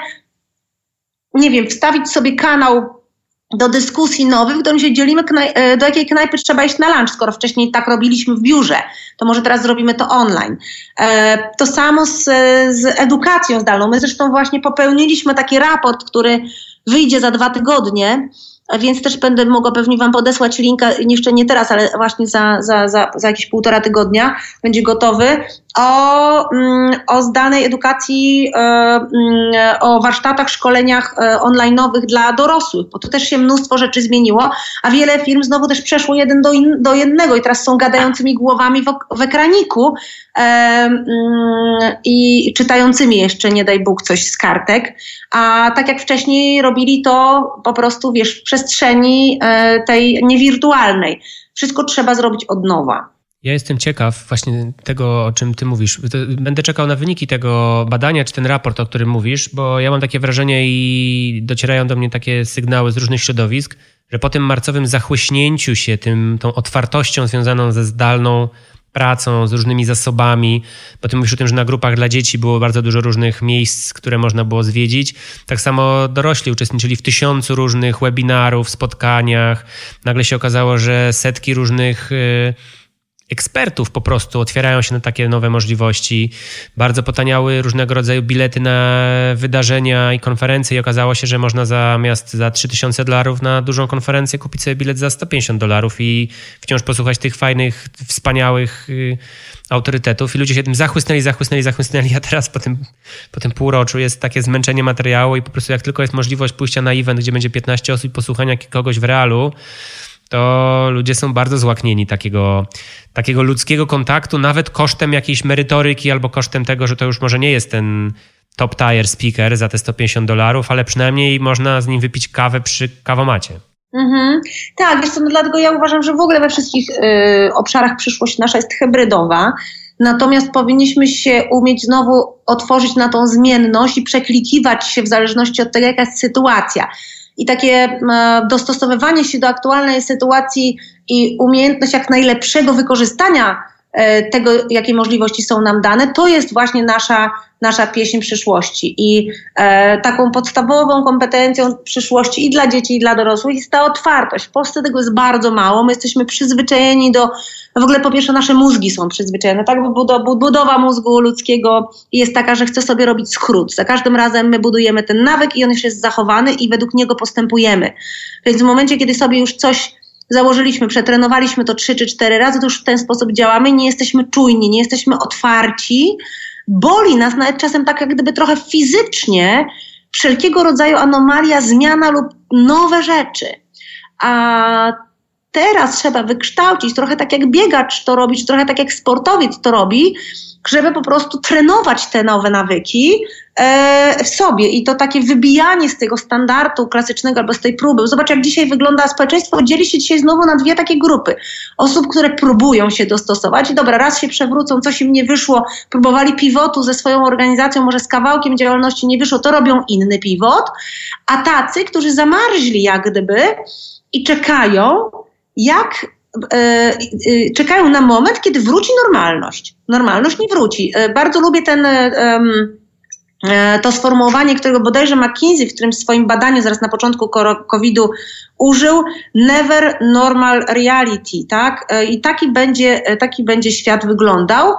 nie wiem, wstawić sobie kanał do dyskusji nowych, w którym się dzielimy, knaj- do jakiej knajpy trzeba iść na lunch, skoro wcześniej tak robiliśmy w biurze, to może teraz zrobimy to online. E, to samo z, z edukacją zdalną. My zresztą właśnie popełniliśmy taki raport, który wyjdzie za dwa tygodnie, więc też będę mogła pewnie wam podesłać linka, jeszcze nie teraz, ale właśnie za, za, za, za jakieś półtora tygodnia będzie gotowy, o, o zdalnej edukacji, o warsztatach, szkoleniach online'owych dla dorosłych, bo to też się mnóstwo rzeczy zmieniło, a wiele firm znowu też przeszło jeden do, in, do jednego i teraz są gadającymi głowami w, w ekraniku i czytającymi jeszcze, nie daj Bóg, coś z kartek, a tak jak wcześniej robili to po prostu, wiesz, w przestrzeni tej niewirtualnej. Wszystko trzeba zrobić od nowa.
Ja jestem ciekaw właśnie tego, o czym ty mówisz. Będę czekał na wyniki tego badania, czy ten raport, o którym mówisz, bo ja mam takie wrażenie i docierają do mnie takie sygnały z różnych środowisk, że po tym marcowym zachłyśnięciu się tym, tą otwartością związaną ze zdalną pracą, z różnymi zasobami, bo ty mówisz o tym, że na grupach dla dzieci było bardzo dużo różnych miejsc, które można było zwiedzić. Tak samo dorośli uczestniczyli w tysiącu różnych webinarów, spotkaniach. Nagle się okazało, że setki różnych y, ekspertów po prostu otwierają się na takie nowe możliwości. Bardzo potaniały różnego rodzaju bilety na wydarzenia i konferencje i okazało się, że można zamiast za trzy tysiące dolarów na dużą konferencję kupić sobie bilet za sto pięćdziesiąt dolarów i wciąż posłuchać tych fajnych, wspaniałych y, autorytetów. I ludzie się tym zachłysnęli, zachłysnęli, zachłysnęli, a teraz po tym, po tym półroczu jest takie zmęczenie materiału i po prostu jak tylko jest możliwość pójścia na event, gdzie będzie piętnaście osób i posłuchania kogoś w realu, to ludzie są bardzo złaknieni takiego, takiego ludzkiego kontaktu, nawet kosztem jakiejś merytoryki albo kosztem tego, że to już może nie jest ten top tier speaker za te sto pięćdziesiąt dolarów, ale przynajmniej można z nim wypić kawę przy kawomacie.
Mhm. Tak, wiesz co, no dlatego ja uważam, że w ogóle we wszystkich y, obszarach przyszłość nasza jest hybrydowa, natomiast powinniśmy się umieć znowu otworzyć na tą zmienność i przeklikiwać się w zależności od tego, jaka jest sytuacja. I takie e, dostosowywanie się do aktualnej sytuacji i umiejętność jak najlepszego wykorzystania e, tego, jakie możliwości są nam dane, to jest właśnie nasza, nasza pieśń przyszłości. I e, taką podstawową kompetencją przyszłości i dla dzieci, i dla dorosłych jest ta otwartość. W Polsce tego jest bardzo mało. My jesteśmy przyzwyczajeni do, w ogóle po pierwsze nasze mózgi są przyzwyczajone. Tak, budowa mózgu ludzkiego jest taka, że chce sobie robić skrót. Za każdym razem my budujemy ten nawyk i on już jest zachowany i według niego postępujemy. Więc w momencie, kiedy sobie już coś założyliśmy, przetrenowaliśmy to trzy czy cztery razy, to już w ten sposób działamy, nie jesteśmy czujni, nie jesteśmy otwarci. Boli nas nawet czasem tak jak gdyby trochę fizycznie wszelkiego rodzaju anomalia, zmiana lub nowe rzeczy. A teraz trzeba wykształcić, trochę tak jak biegacz to robi, czy trochę tak jak sportowiec to robi, żeby po prostu trenować te nowe nawyki w sobie i to takie wybijanie z tego standardu klasycznego albo z tej próby. Zobacz, jak dzisiaj wygląda społeczeństwo, dzieli się dzisiaj znowu na dwie takie grupy. Osób, które próbują się dostosować i dobra, raz się przewrócą, coś im nie wyszło, próbowali pivotu ze swoją organizacją, może z kawałkiem działalności nie wyszło, to robią inny pivot, a tacy, którzy zamarzli jak gdyby i czekają, jak Yy, czekają na moment, kiedy wróci normalność. Normalność nie wróci. Yy, bardzo lubię ten, yy, to sformułowanie, którego bodajże McKinsey w którymś swoim badaniu zaraz na początku kowida użył, never normal reality, tak? Yy, I taki będzie, taki będzie świat wyglądał,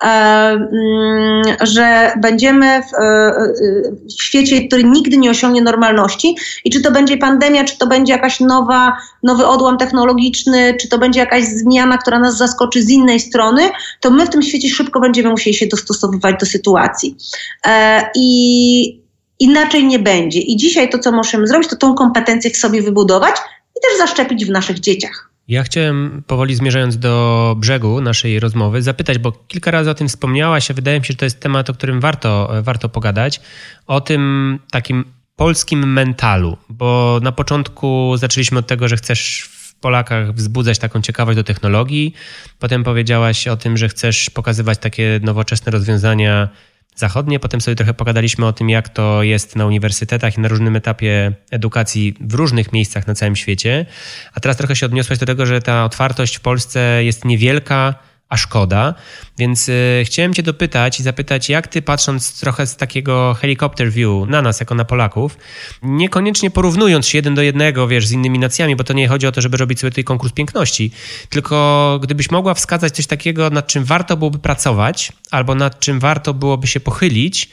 że będziemy w, w świecie, który nigdy nie osiągnie normalności i czy to będzie pandemia, czy to będzie jakaś nowa, nowy odłam technologiczny, czy to będzie jakaś zmiana, która nas zaskoczy z innej strony, to my w tym świecie szybko będziemy musieli się dostosowywać do sytuacji. I inaczej nie będzie. I dzisiaj to, co możemy zrobić, to tą kompetencję w sobie wybudować i też zaszczepić w naszych dzieciach.
Ja chciałem, powoli zmierzając do brzegu naszej rozmowy, zapytać, bo kilka razy o tym wspomniałaś, a wydaje mi się, że to jest temat, o którym warto, warto pogadać, o tym takim polskim mentalu, bo na początku zaczęliśmy od tego, że chcesz w Polakach wzbudzać taką ciekawość do technologii, potem powiedziałaś o tym, że chcesz pokazywać takie nowoczesne rozwiązania zachodnie. Potem sobie trochę pogadaliśmy o tym, jak to jest na uniwersytetach i na różnym etapie edukacji w różnych miejscach na całym świecie. A teraz trochę się odniosłaś do tego, że ta otwartość w Polsce jest niewielka, a szkoda. Więc y, chciałem cię dopytać i zapytać, jak ty, patrząc trochę z takiego helicopter view na nas, jako na Polaków, niekoniecznie porównując się jeden do jednego, wiesz, z innymi nacjami, bo to nie chodzi o to, żeby robić sobie tutaj konkurs piękności, tylko gdybyś mogła wskazać coś takiego, nad czym warto byłoby pracować, albo nad czym warto byłoby się pochylić,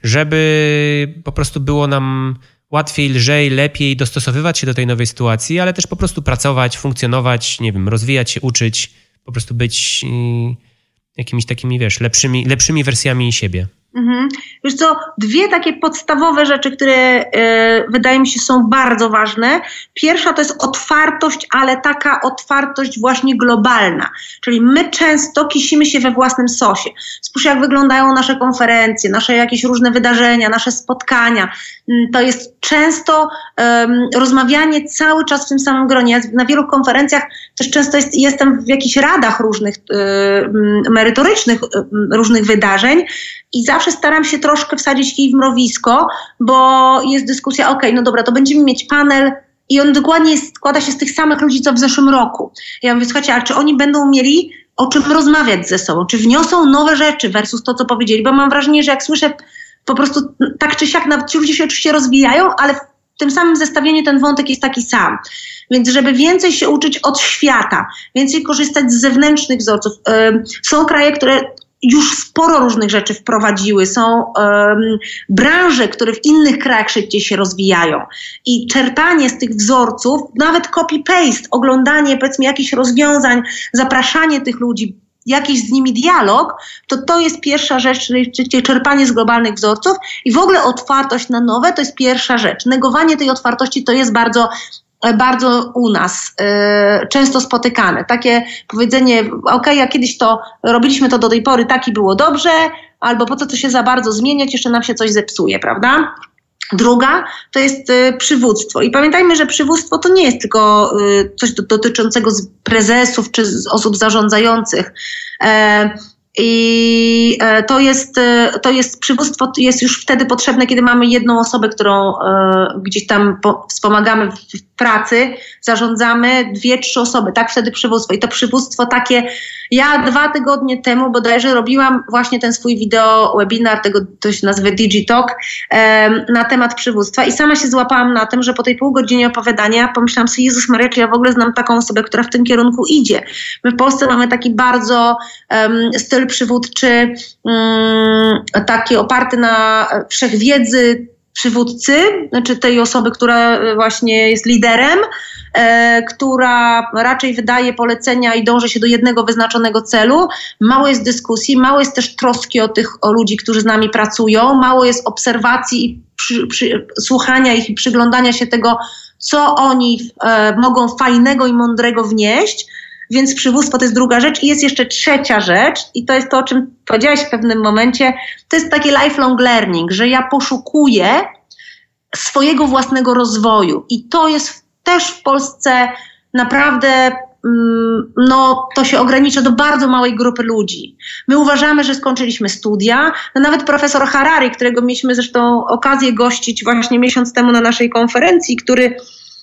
żeby po prostu było nam łatwiej, lżej, lepiej dostosowywać się do tej nowej sytuacji, ale też po prostu pracować, funkcjonować, nie wiem, rozwijać się, uczyć, po prostu być jakimiś takimi, wiesz, lepszymi, lepszymi wersjami siebie.
Mhm. Wiesz co, dwie takie podstawowe rzeczy, które e, wydaje mi się są bardzo ważne. Pierwsza to jest otwartość, ale taka otwartość właśnie globalna. Czyli my często kisimy się we własnym sosie. Spójrz, jak wyglądają nasze konferencje, nasze jakieś różne wydarzenia, nasze spotkania. To jest często um, rozmawianie cały czas w tym samym gronie. Ja na wielu konferencjach też często jest, jestem w jakichś radach różnych um, merytorycznych um, różnych wydarzeń i zawsze staram się troszkę wsadzić kij w mrowisko, bo jest dyskusja, okej, okay, no dobra, to będziemy mieć panel i on dokładnie składa się z tych samych ludzi, co w zeszłym roku. Ja mówię, słuchajcie, ale czy oni będą mieli o czym rozmawiać ze sobą? Czy wniosą nowe rzeczy versus to, co powiedzieli? Bo mam wrażenie, że jak słyszę po prostu tak czy siak, nawet ci ludzie się oczywiście rozwijają, ale w tym samym zestawieniu ten wątek jest taki sam. Więc żeby więcej się uczyć od świata, więcej korzystać z zewnętrznych wzorców. Yy, są kraje, które już sporo różnych rzeczy wprowadziły. Są um, branże, które w innych krajach szybciej się rozwijają. I czerpanie z tych wzorców, nawet copy-paste, oglądanie powiedzmy jakichś rozwiązań, zapraszanie tych ludzi, jakiś z nimi dialog, to to jest pierwsza rzecz, czyli czerpanie z globalnych wzorców i w ogóle otwartość na nowe to jest pierwsza rzecz. Negowanie tej otwartości to jest bardzo bardzo u nas y, często spotykane. Takie powiedzenie, okej, okay, ja kiedyś to robiliśmy to do tej pory, tak i było dobrze, albo po co to się za bardzo zmieniać, jeszcze nam się coś zepsuje, prawda? Druga to jest y, przywództwo. I pamiętajmy, że przywództwo to nie jest tylko y, coś do, dotyczącego z prezesów czy z osób zarządzających. E, I to jest, to jest przywództwo jest już wtedy potrzebne, kiedy mamy jedną osobę, którą gdzieś tam wspomagamy w pracy, zarządzamy dwie, trzy osoby, tak wtedy przywództwo. I to przywództwo takie, ja dwa tygodnie temu bodajże robiłam właśnie ten swój wideo webinar, tego to się nazywa Digitalk, na temat przywództwa i sama się złapałam na tym, że po tej pół godzinie opowiadania pomyślałam sobie, Jezus Maria, czy ja w ogóle znam taką osobę, która w tym kierunku idzie. My w Polsce mamy taki bardzo um, styl przywódczy, um, taki oparty na wszechwiedzy przywódcy, znaczy tej osoby, która właśnie jest liderem, e, która raczej wydaje polecenia i dąży się do jednego wyznaczonego celu. Mało jest dyskusji, mało jest też troski o tych o ludzi, którzy z nami pracują, mało jest obserwacji i przy, przy, słuchania ich i przyglądania się tego, co oni e, mogą fajnego i mądrego wnieść. więc przywództwo to jest druga rzecz i jest jeszcze trzecia rzecz i to jest to, o czym powiedziałaś w pewnym momencie, to jest takie lifelong learning, że ja poszukuję swojego własnego rozwoju i to jest też w Polsce naprawdę, no to się ogranicza do bardzo małej grupy ludzi. My uważamy, że skończyliśmy studia, no nawet profesor Harari, którego mieliśmy zresztą okazję gościć właśnie miesiąc temu na naszej konferencji, który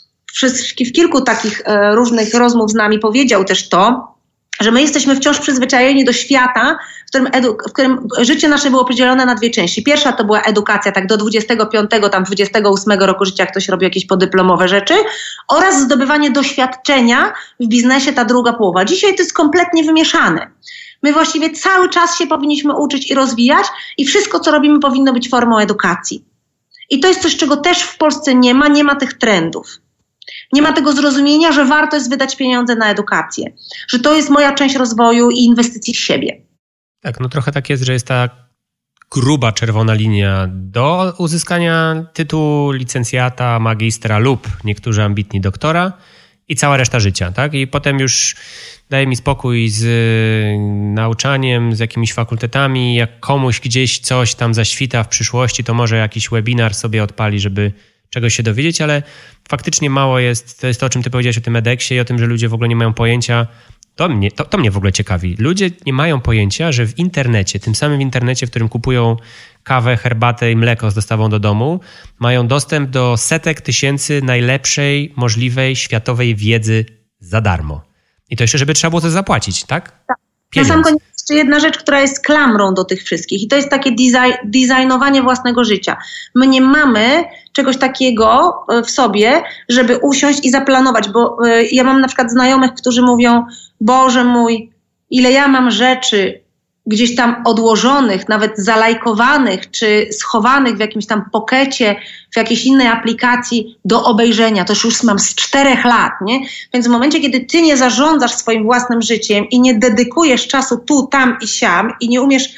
w kilku takich różnych rozmów z nami powiedział też to, że my jesteśmy wciąż przyzwyczajeni do świata, w którym, edu, w którym życie nasze było podzielone na dwie części. Pierwsza to była edukacja, tak do dwudziestego piątego, tam dwudziestego ósmego roku życia, jak ktoś robił jakieś podyplomowe rzeczy, oraz zdobywanie doświadczenia w biznesie, ta druga połowa. Dzisiaj to jest kompletnie wymieszane. My właściwie cały czas się powinniśmy uczyć i rozwijać i wszystko, co robimy, powinno być formą edukacji. I to jest coś, czego też w Polsce nie ma, nie ma tych trendów. Nie ma tego zrozumienia, że warto jest wydać pieniądze na edukację, że to jest moja część rozwoju i inwestycji w siebie.
Tak, no trochę tak jest, że jest ta gruba czerwona linia do uzyskania tytułu licencjata, magistra lub niektórzy ambitni doktora i cała reszta życia, tak? I potem już daje mi spokój z nauczaniem, z jakimiś fakultetami. Jak komuś gdzieś coś tam zaświta w przyszłości, to może jakiś webinar sobie odpali, żeby czegoś się dowiedzieć, ale faktycznie mało jest, to jest to, o czym ty powiedziałeś o tym edeksie i o tym, że ludzie w ogóle nie mają pojęcia. To mnie, to, to mnie w ogóle ciekawi. Ludzie nie mają pojęcia, że w internecie, tym samym internecie, w którym kupują kawę, herbatę i mleko z dostawą do domu, mają dostęp do setek tysięcy najlepszej możliwej światowej wiedzy za darmo. I to jeszcze, żeby trzeba było to zapłacić, tak?
Tak. Na sam koniec jeszcze jedna rzecz, która jest klamrą do tych wszystkich i to jest takie design, designowanie własnego życia. My nie mamy czegoś takiego w sobie, żeby usiąść i zaplanować, bo ja mam na przykład znajomych, którzy mówią: Boże mój, ile ja mam rzeczy gdzieś tam odłożonych, nawet zalajkowanych, czy schowanych w jakimś tam pokecie, w jakiejś innej aplikacji do obejrzenia. To już mam z czterech lat, nie? Więc w momencie, kiedy ty nie zarządzasz swoim własnym życiem i nie dedykujesz czasu tu, tam i siam i nie umiesz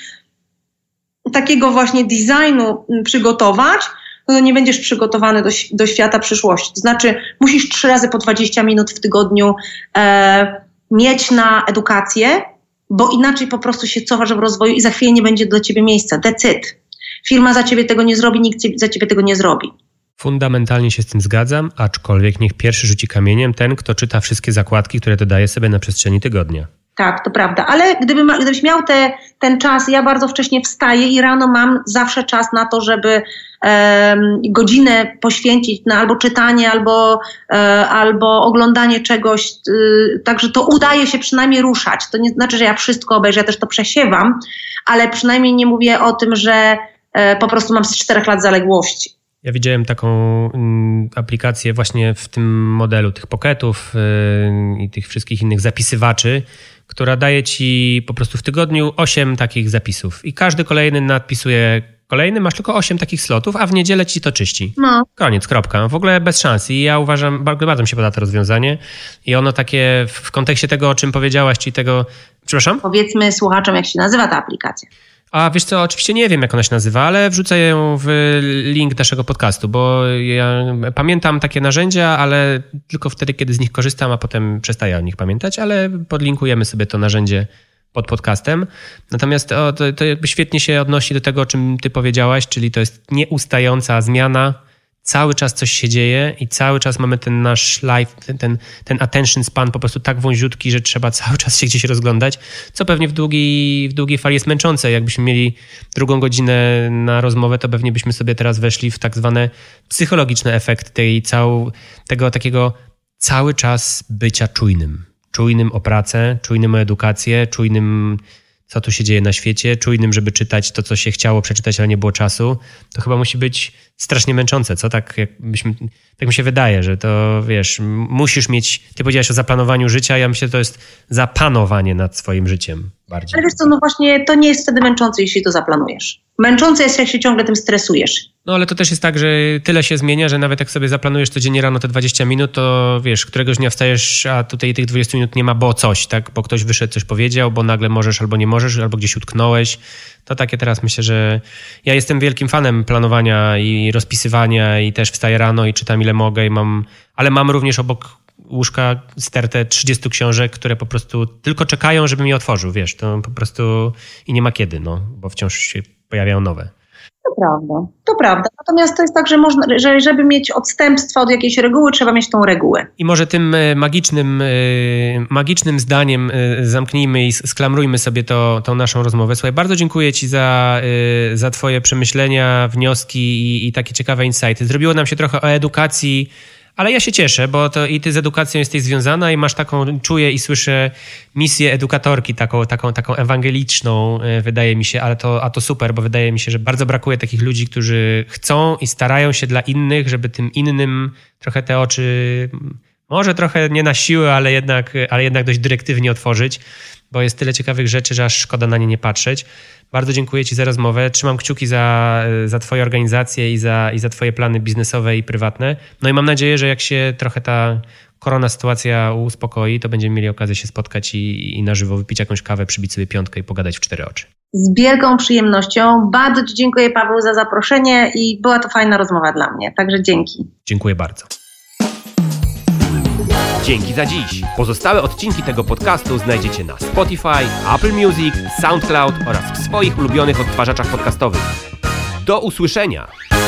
takiego właśnie designu przygotować, no to nie będziesz przygotowany do, do świata przyszłości. To znaczy musisz trzy razy po dwadzieścia minut w tygodniu e, mieć na edukację, bo inaczej po prostu się cofasz w rozwoju i za chwilę nie będzie do ciebie miejsca. That's it. Firma za ciebie tego nie zrobi, nikt za ciebie tego nie zrobi.
Fundamentalnie się z tym zgadzam, aczkolwiek niech pierwszy rzuci kamieniem ten, kto czyta wszystkie zakładki, które dodaje sobie na przestrzeni tygodnia.
Tak, to prawda, ale gdyby, gdybyś miał te, ten czas, ja bardzo wcześnie wstaję i rano mam zawsze czas na to, żeby e, godzinę poświęcić na albo czytanie, albo, e, albo oglądanie czegoś, e, także to udaje się przynajmniej ruszać. To nie znaczy, że ja wszystko obejrzę, ja też to przesiewam, ale przynajmniej nie mówię o tym, że e, po prostu mam z czterech lat zaległości.
Ja widziałem taką mm, aplikację właśnie w tym modelu tych pocketów yy, i tych wszystkich innych zapisywaczy, która daje ci po prostu w tygodniu osiem takich zapisów i każdy kolejny nadpisuje kolejny, masz tylko osiem takich slotów, a w niedzielę ci to czyści.
No.
Koniec, kropka. W ogóle bez szans. I ja uważam, bardzo, bardzo mi się podoba to rozwiązanie i ono takie w kontekście tego, o czym powiedziałaś, czyli tego... Przepraszam?
Powiedzmy słuchaczom, jak się nazywa ta aplikacja.
A wiesz co, oczywiście nie wiem, jak ona się nazywa, ale wrzucę ją w link naszego podcastu, bo ja pamiętam takie narzędzia, ale tylko wtedy, kiedy z nich korzystam, a potem przestaję o nich pamiętać, ale podlinkujemy sobie to narzędzie pod podcastem. Natomiast o, to, to jakby świetnie się odnosi do tego, o czym ty powiedziałaś, czyli to jest nieustająca zmiana. Cały czas coś się dzieje i cały czas mamy ten nasz life, ten, ten, ten attention span po prostu tak wąziutki, że trzeba cały czas się gdzieś rozglądać, co pewnie w długiej, w długiej fali jest męczące. Jakbyśmy mieli drugą godzinę na rozmowę, to pewnie byśmy sobie teraz weszli w tak zwane psychologiczne efekty tej cału, tego takiego cały czas bycia czujnym. Czujnym o pracę, czujnym o edukację, czujnym co tu się dzieje na świecie, czujnym, żeby czytać to, co się chciało przeczytać, ale nie było czasu, to chyba musi być strasznie męczące, co? Tak, jakbyśmy, tak mi się wydaje, że to, wiesz, musisz mieć, ty powiedziałeś o zaplanowaniu życia, ja myślę, że to jest zapanowanie nad swoim życiem bardziej.
Ale wiesz co, no właśnie to nie jest wtedy męczące, jeśli to zaplanujesz. Męczące jest, jak się ciągle tym stresujesz.
No ale to też jest tak, że tyle się zmienia, że nawet jak sobie zaplanujesz codziennie rano te dwadzieścia minut, to wiesz, któregoś dnia wstajesz, a tutaj tych dwudziestu minut nie ma, bo coś, tak? Bo ktoś wyszedł, coś powiedział, bo nagle możesz albo nie możesz, albo gdzieś utknąłeś. To takie teraz myślę, że ja jestem wielkim fanem planowania i rozpisywania i też wstaję rano i czytam ile mogę i mam, ale mam również obok łóżka stertę trzydzieści książek, które po prostu tylko czekają, żebym je otworzył, wiesz, to po prostu i nie ma kiedy, no, bo wciąż się pojawiają nowe.
To prawda, to prawda. Natomiast to jest tak, że można, że żeby mieć odstępstwo od jakiejś reguły, trzeba mieć tą regułę.
I może tym magicznym, magicznym zdaniem zamknijmy i sklamrujmy sobie to, tą naszą rozmowę. Słuchaj, bardzo dziękuję Ci za, za Twoje przemyślenia, wnioski i, i takie ciekawe insighty. Zrobiło nam się trochę o edukacji, ale ja się cieszę, bo to i ty z edukacją jesteś związana i masz taką, czuję i słyszę misję edukatorki, taką, taką, taką ewangeliczną, wydaje mi się, ale to, a to super, bo wydaje mi się, że bardzo brakuje takich ludzi, którzy chcą i starają się dla innych, żeby tym innym trochę te oczy, może trochę nie na siłę, ale jednak, ale jednak dość dyrektywnie otworzyć, bo jest tyle ciekawych rzeczy, że aż szkoda na nie nie patrzeć. Bardzo dziękuję Ci za rozmowę. Trzymam kciuki za, za Twoje organizacje i za, i za Twoje plany biznesowe i prywatne. No i mam nadzieję, że jak się trochę ta korona sytuacja uspokoi, to będziemy mieli okazję się spotkać i, i na żywo wypić jakąś kawę, przybić sobie piątkę i pogadać w cztery oczy.
Z wielką przyjemnością. Bardzo Ci dziękuję, Paweł, za zaproszenie i była to fajna rozmowa dla mnie. Także dzięki.
Dziękuję bardzo.
Dzięki za dziś. Pozostałe odcinki tego podcastu znajdziecie na Spotify, Apple Music, SoundCloud oraz w swoich ulubionych odtwarzaczach podcastowych. Do usłyszenia!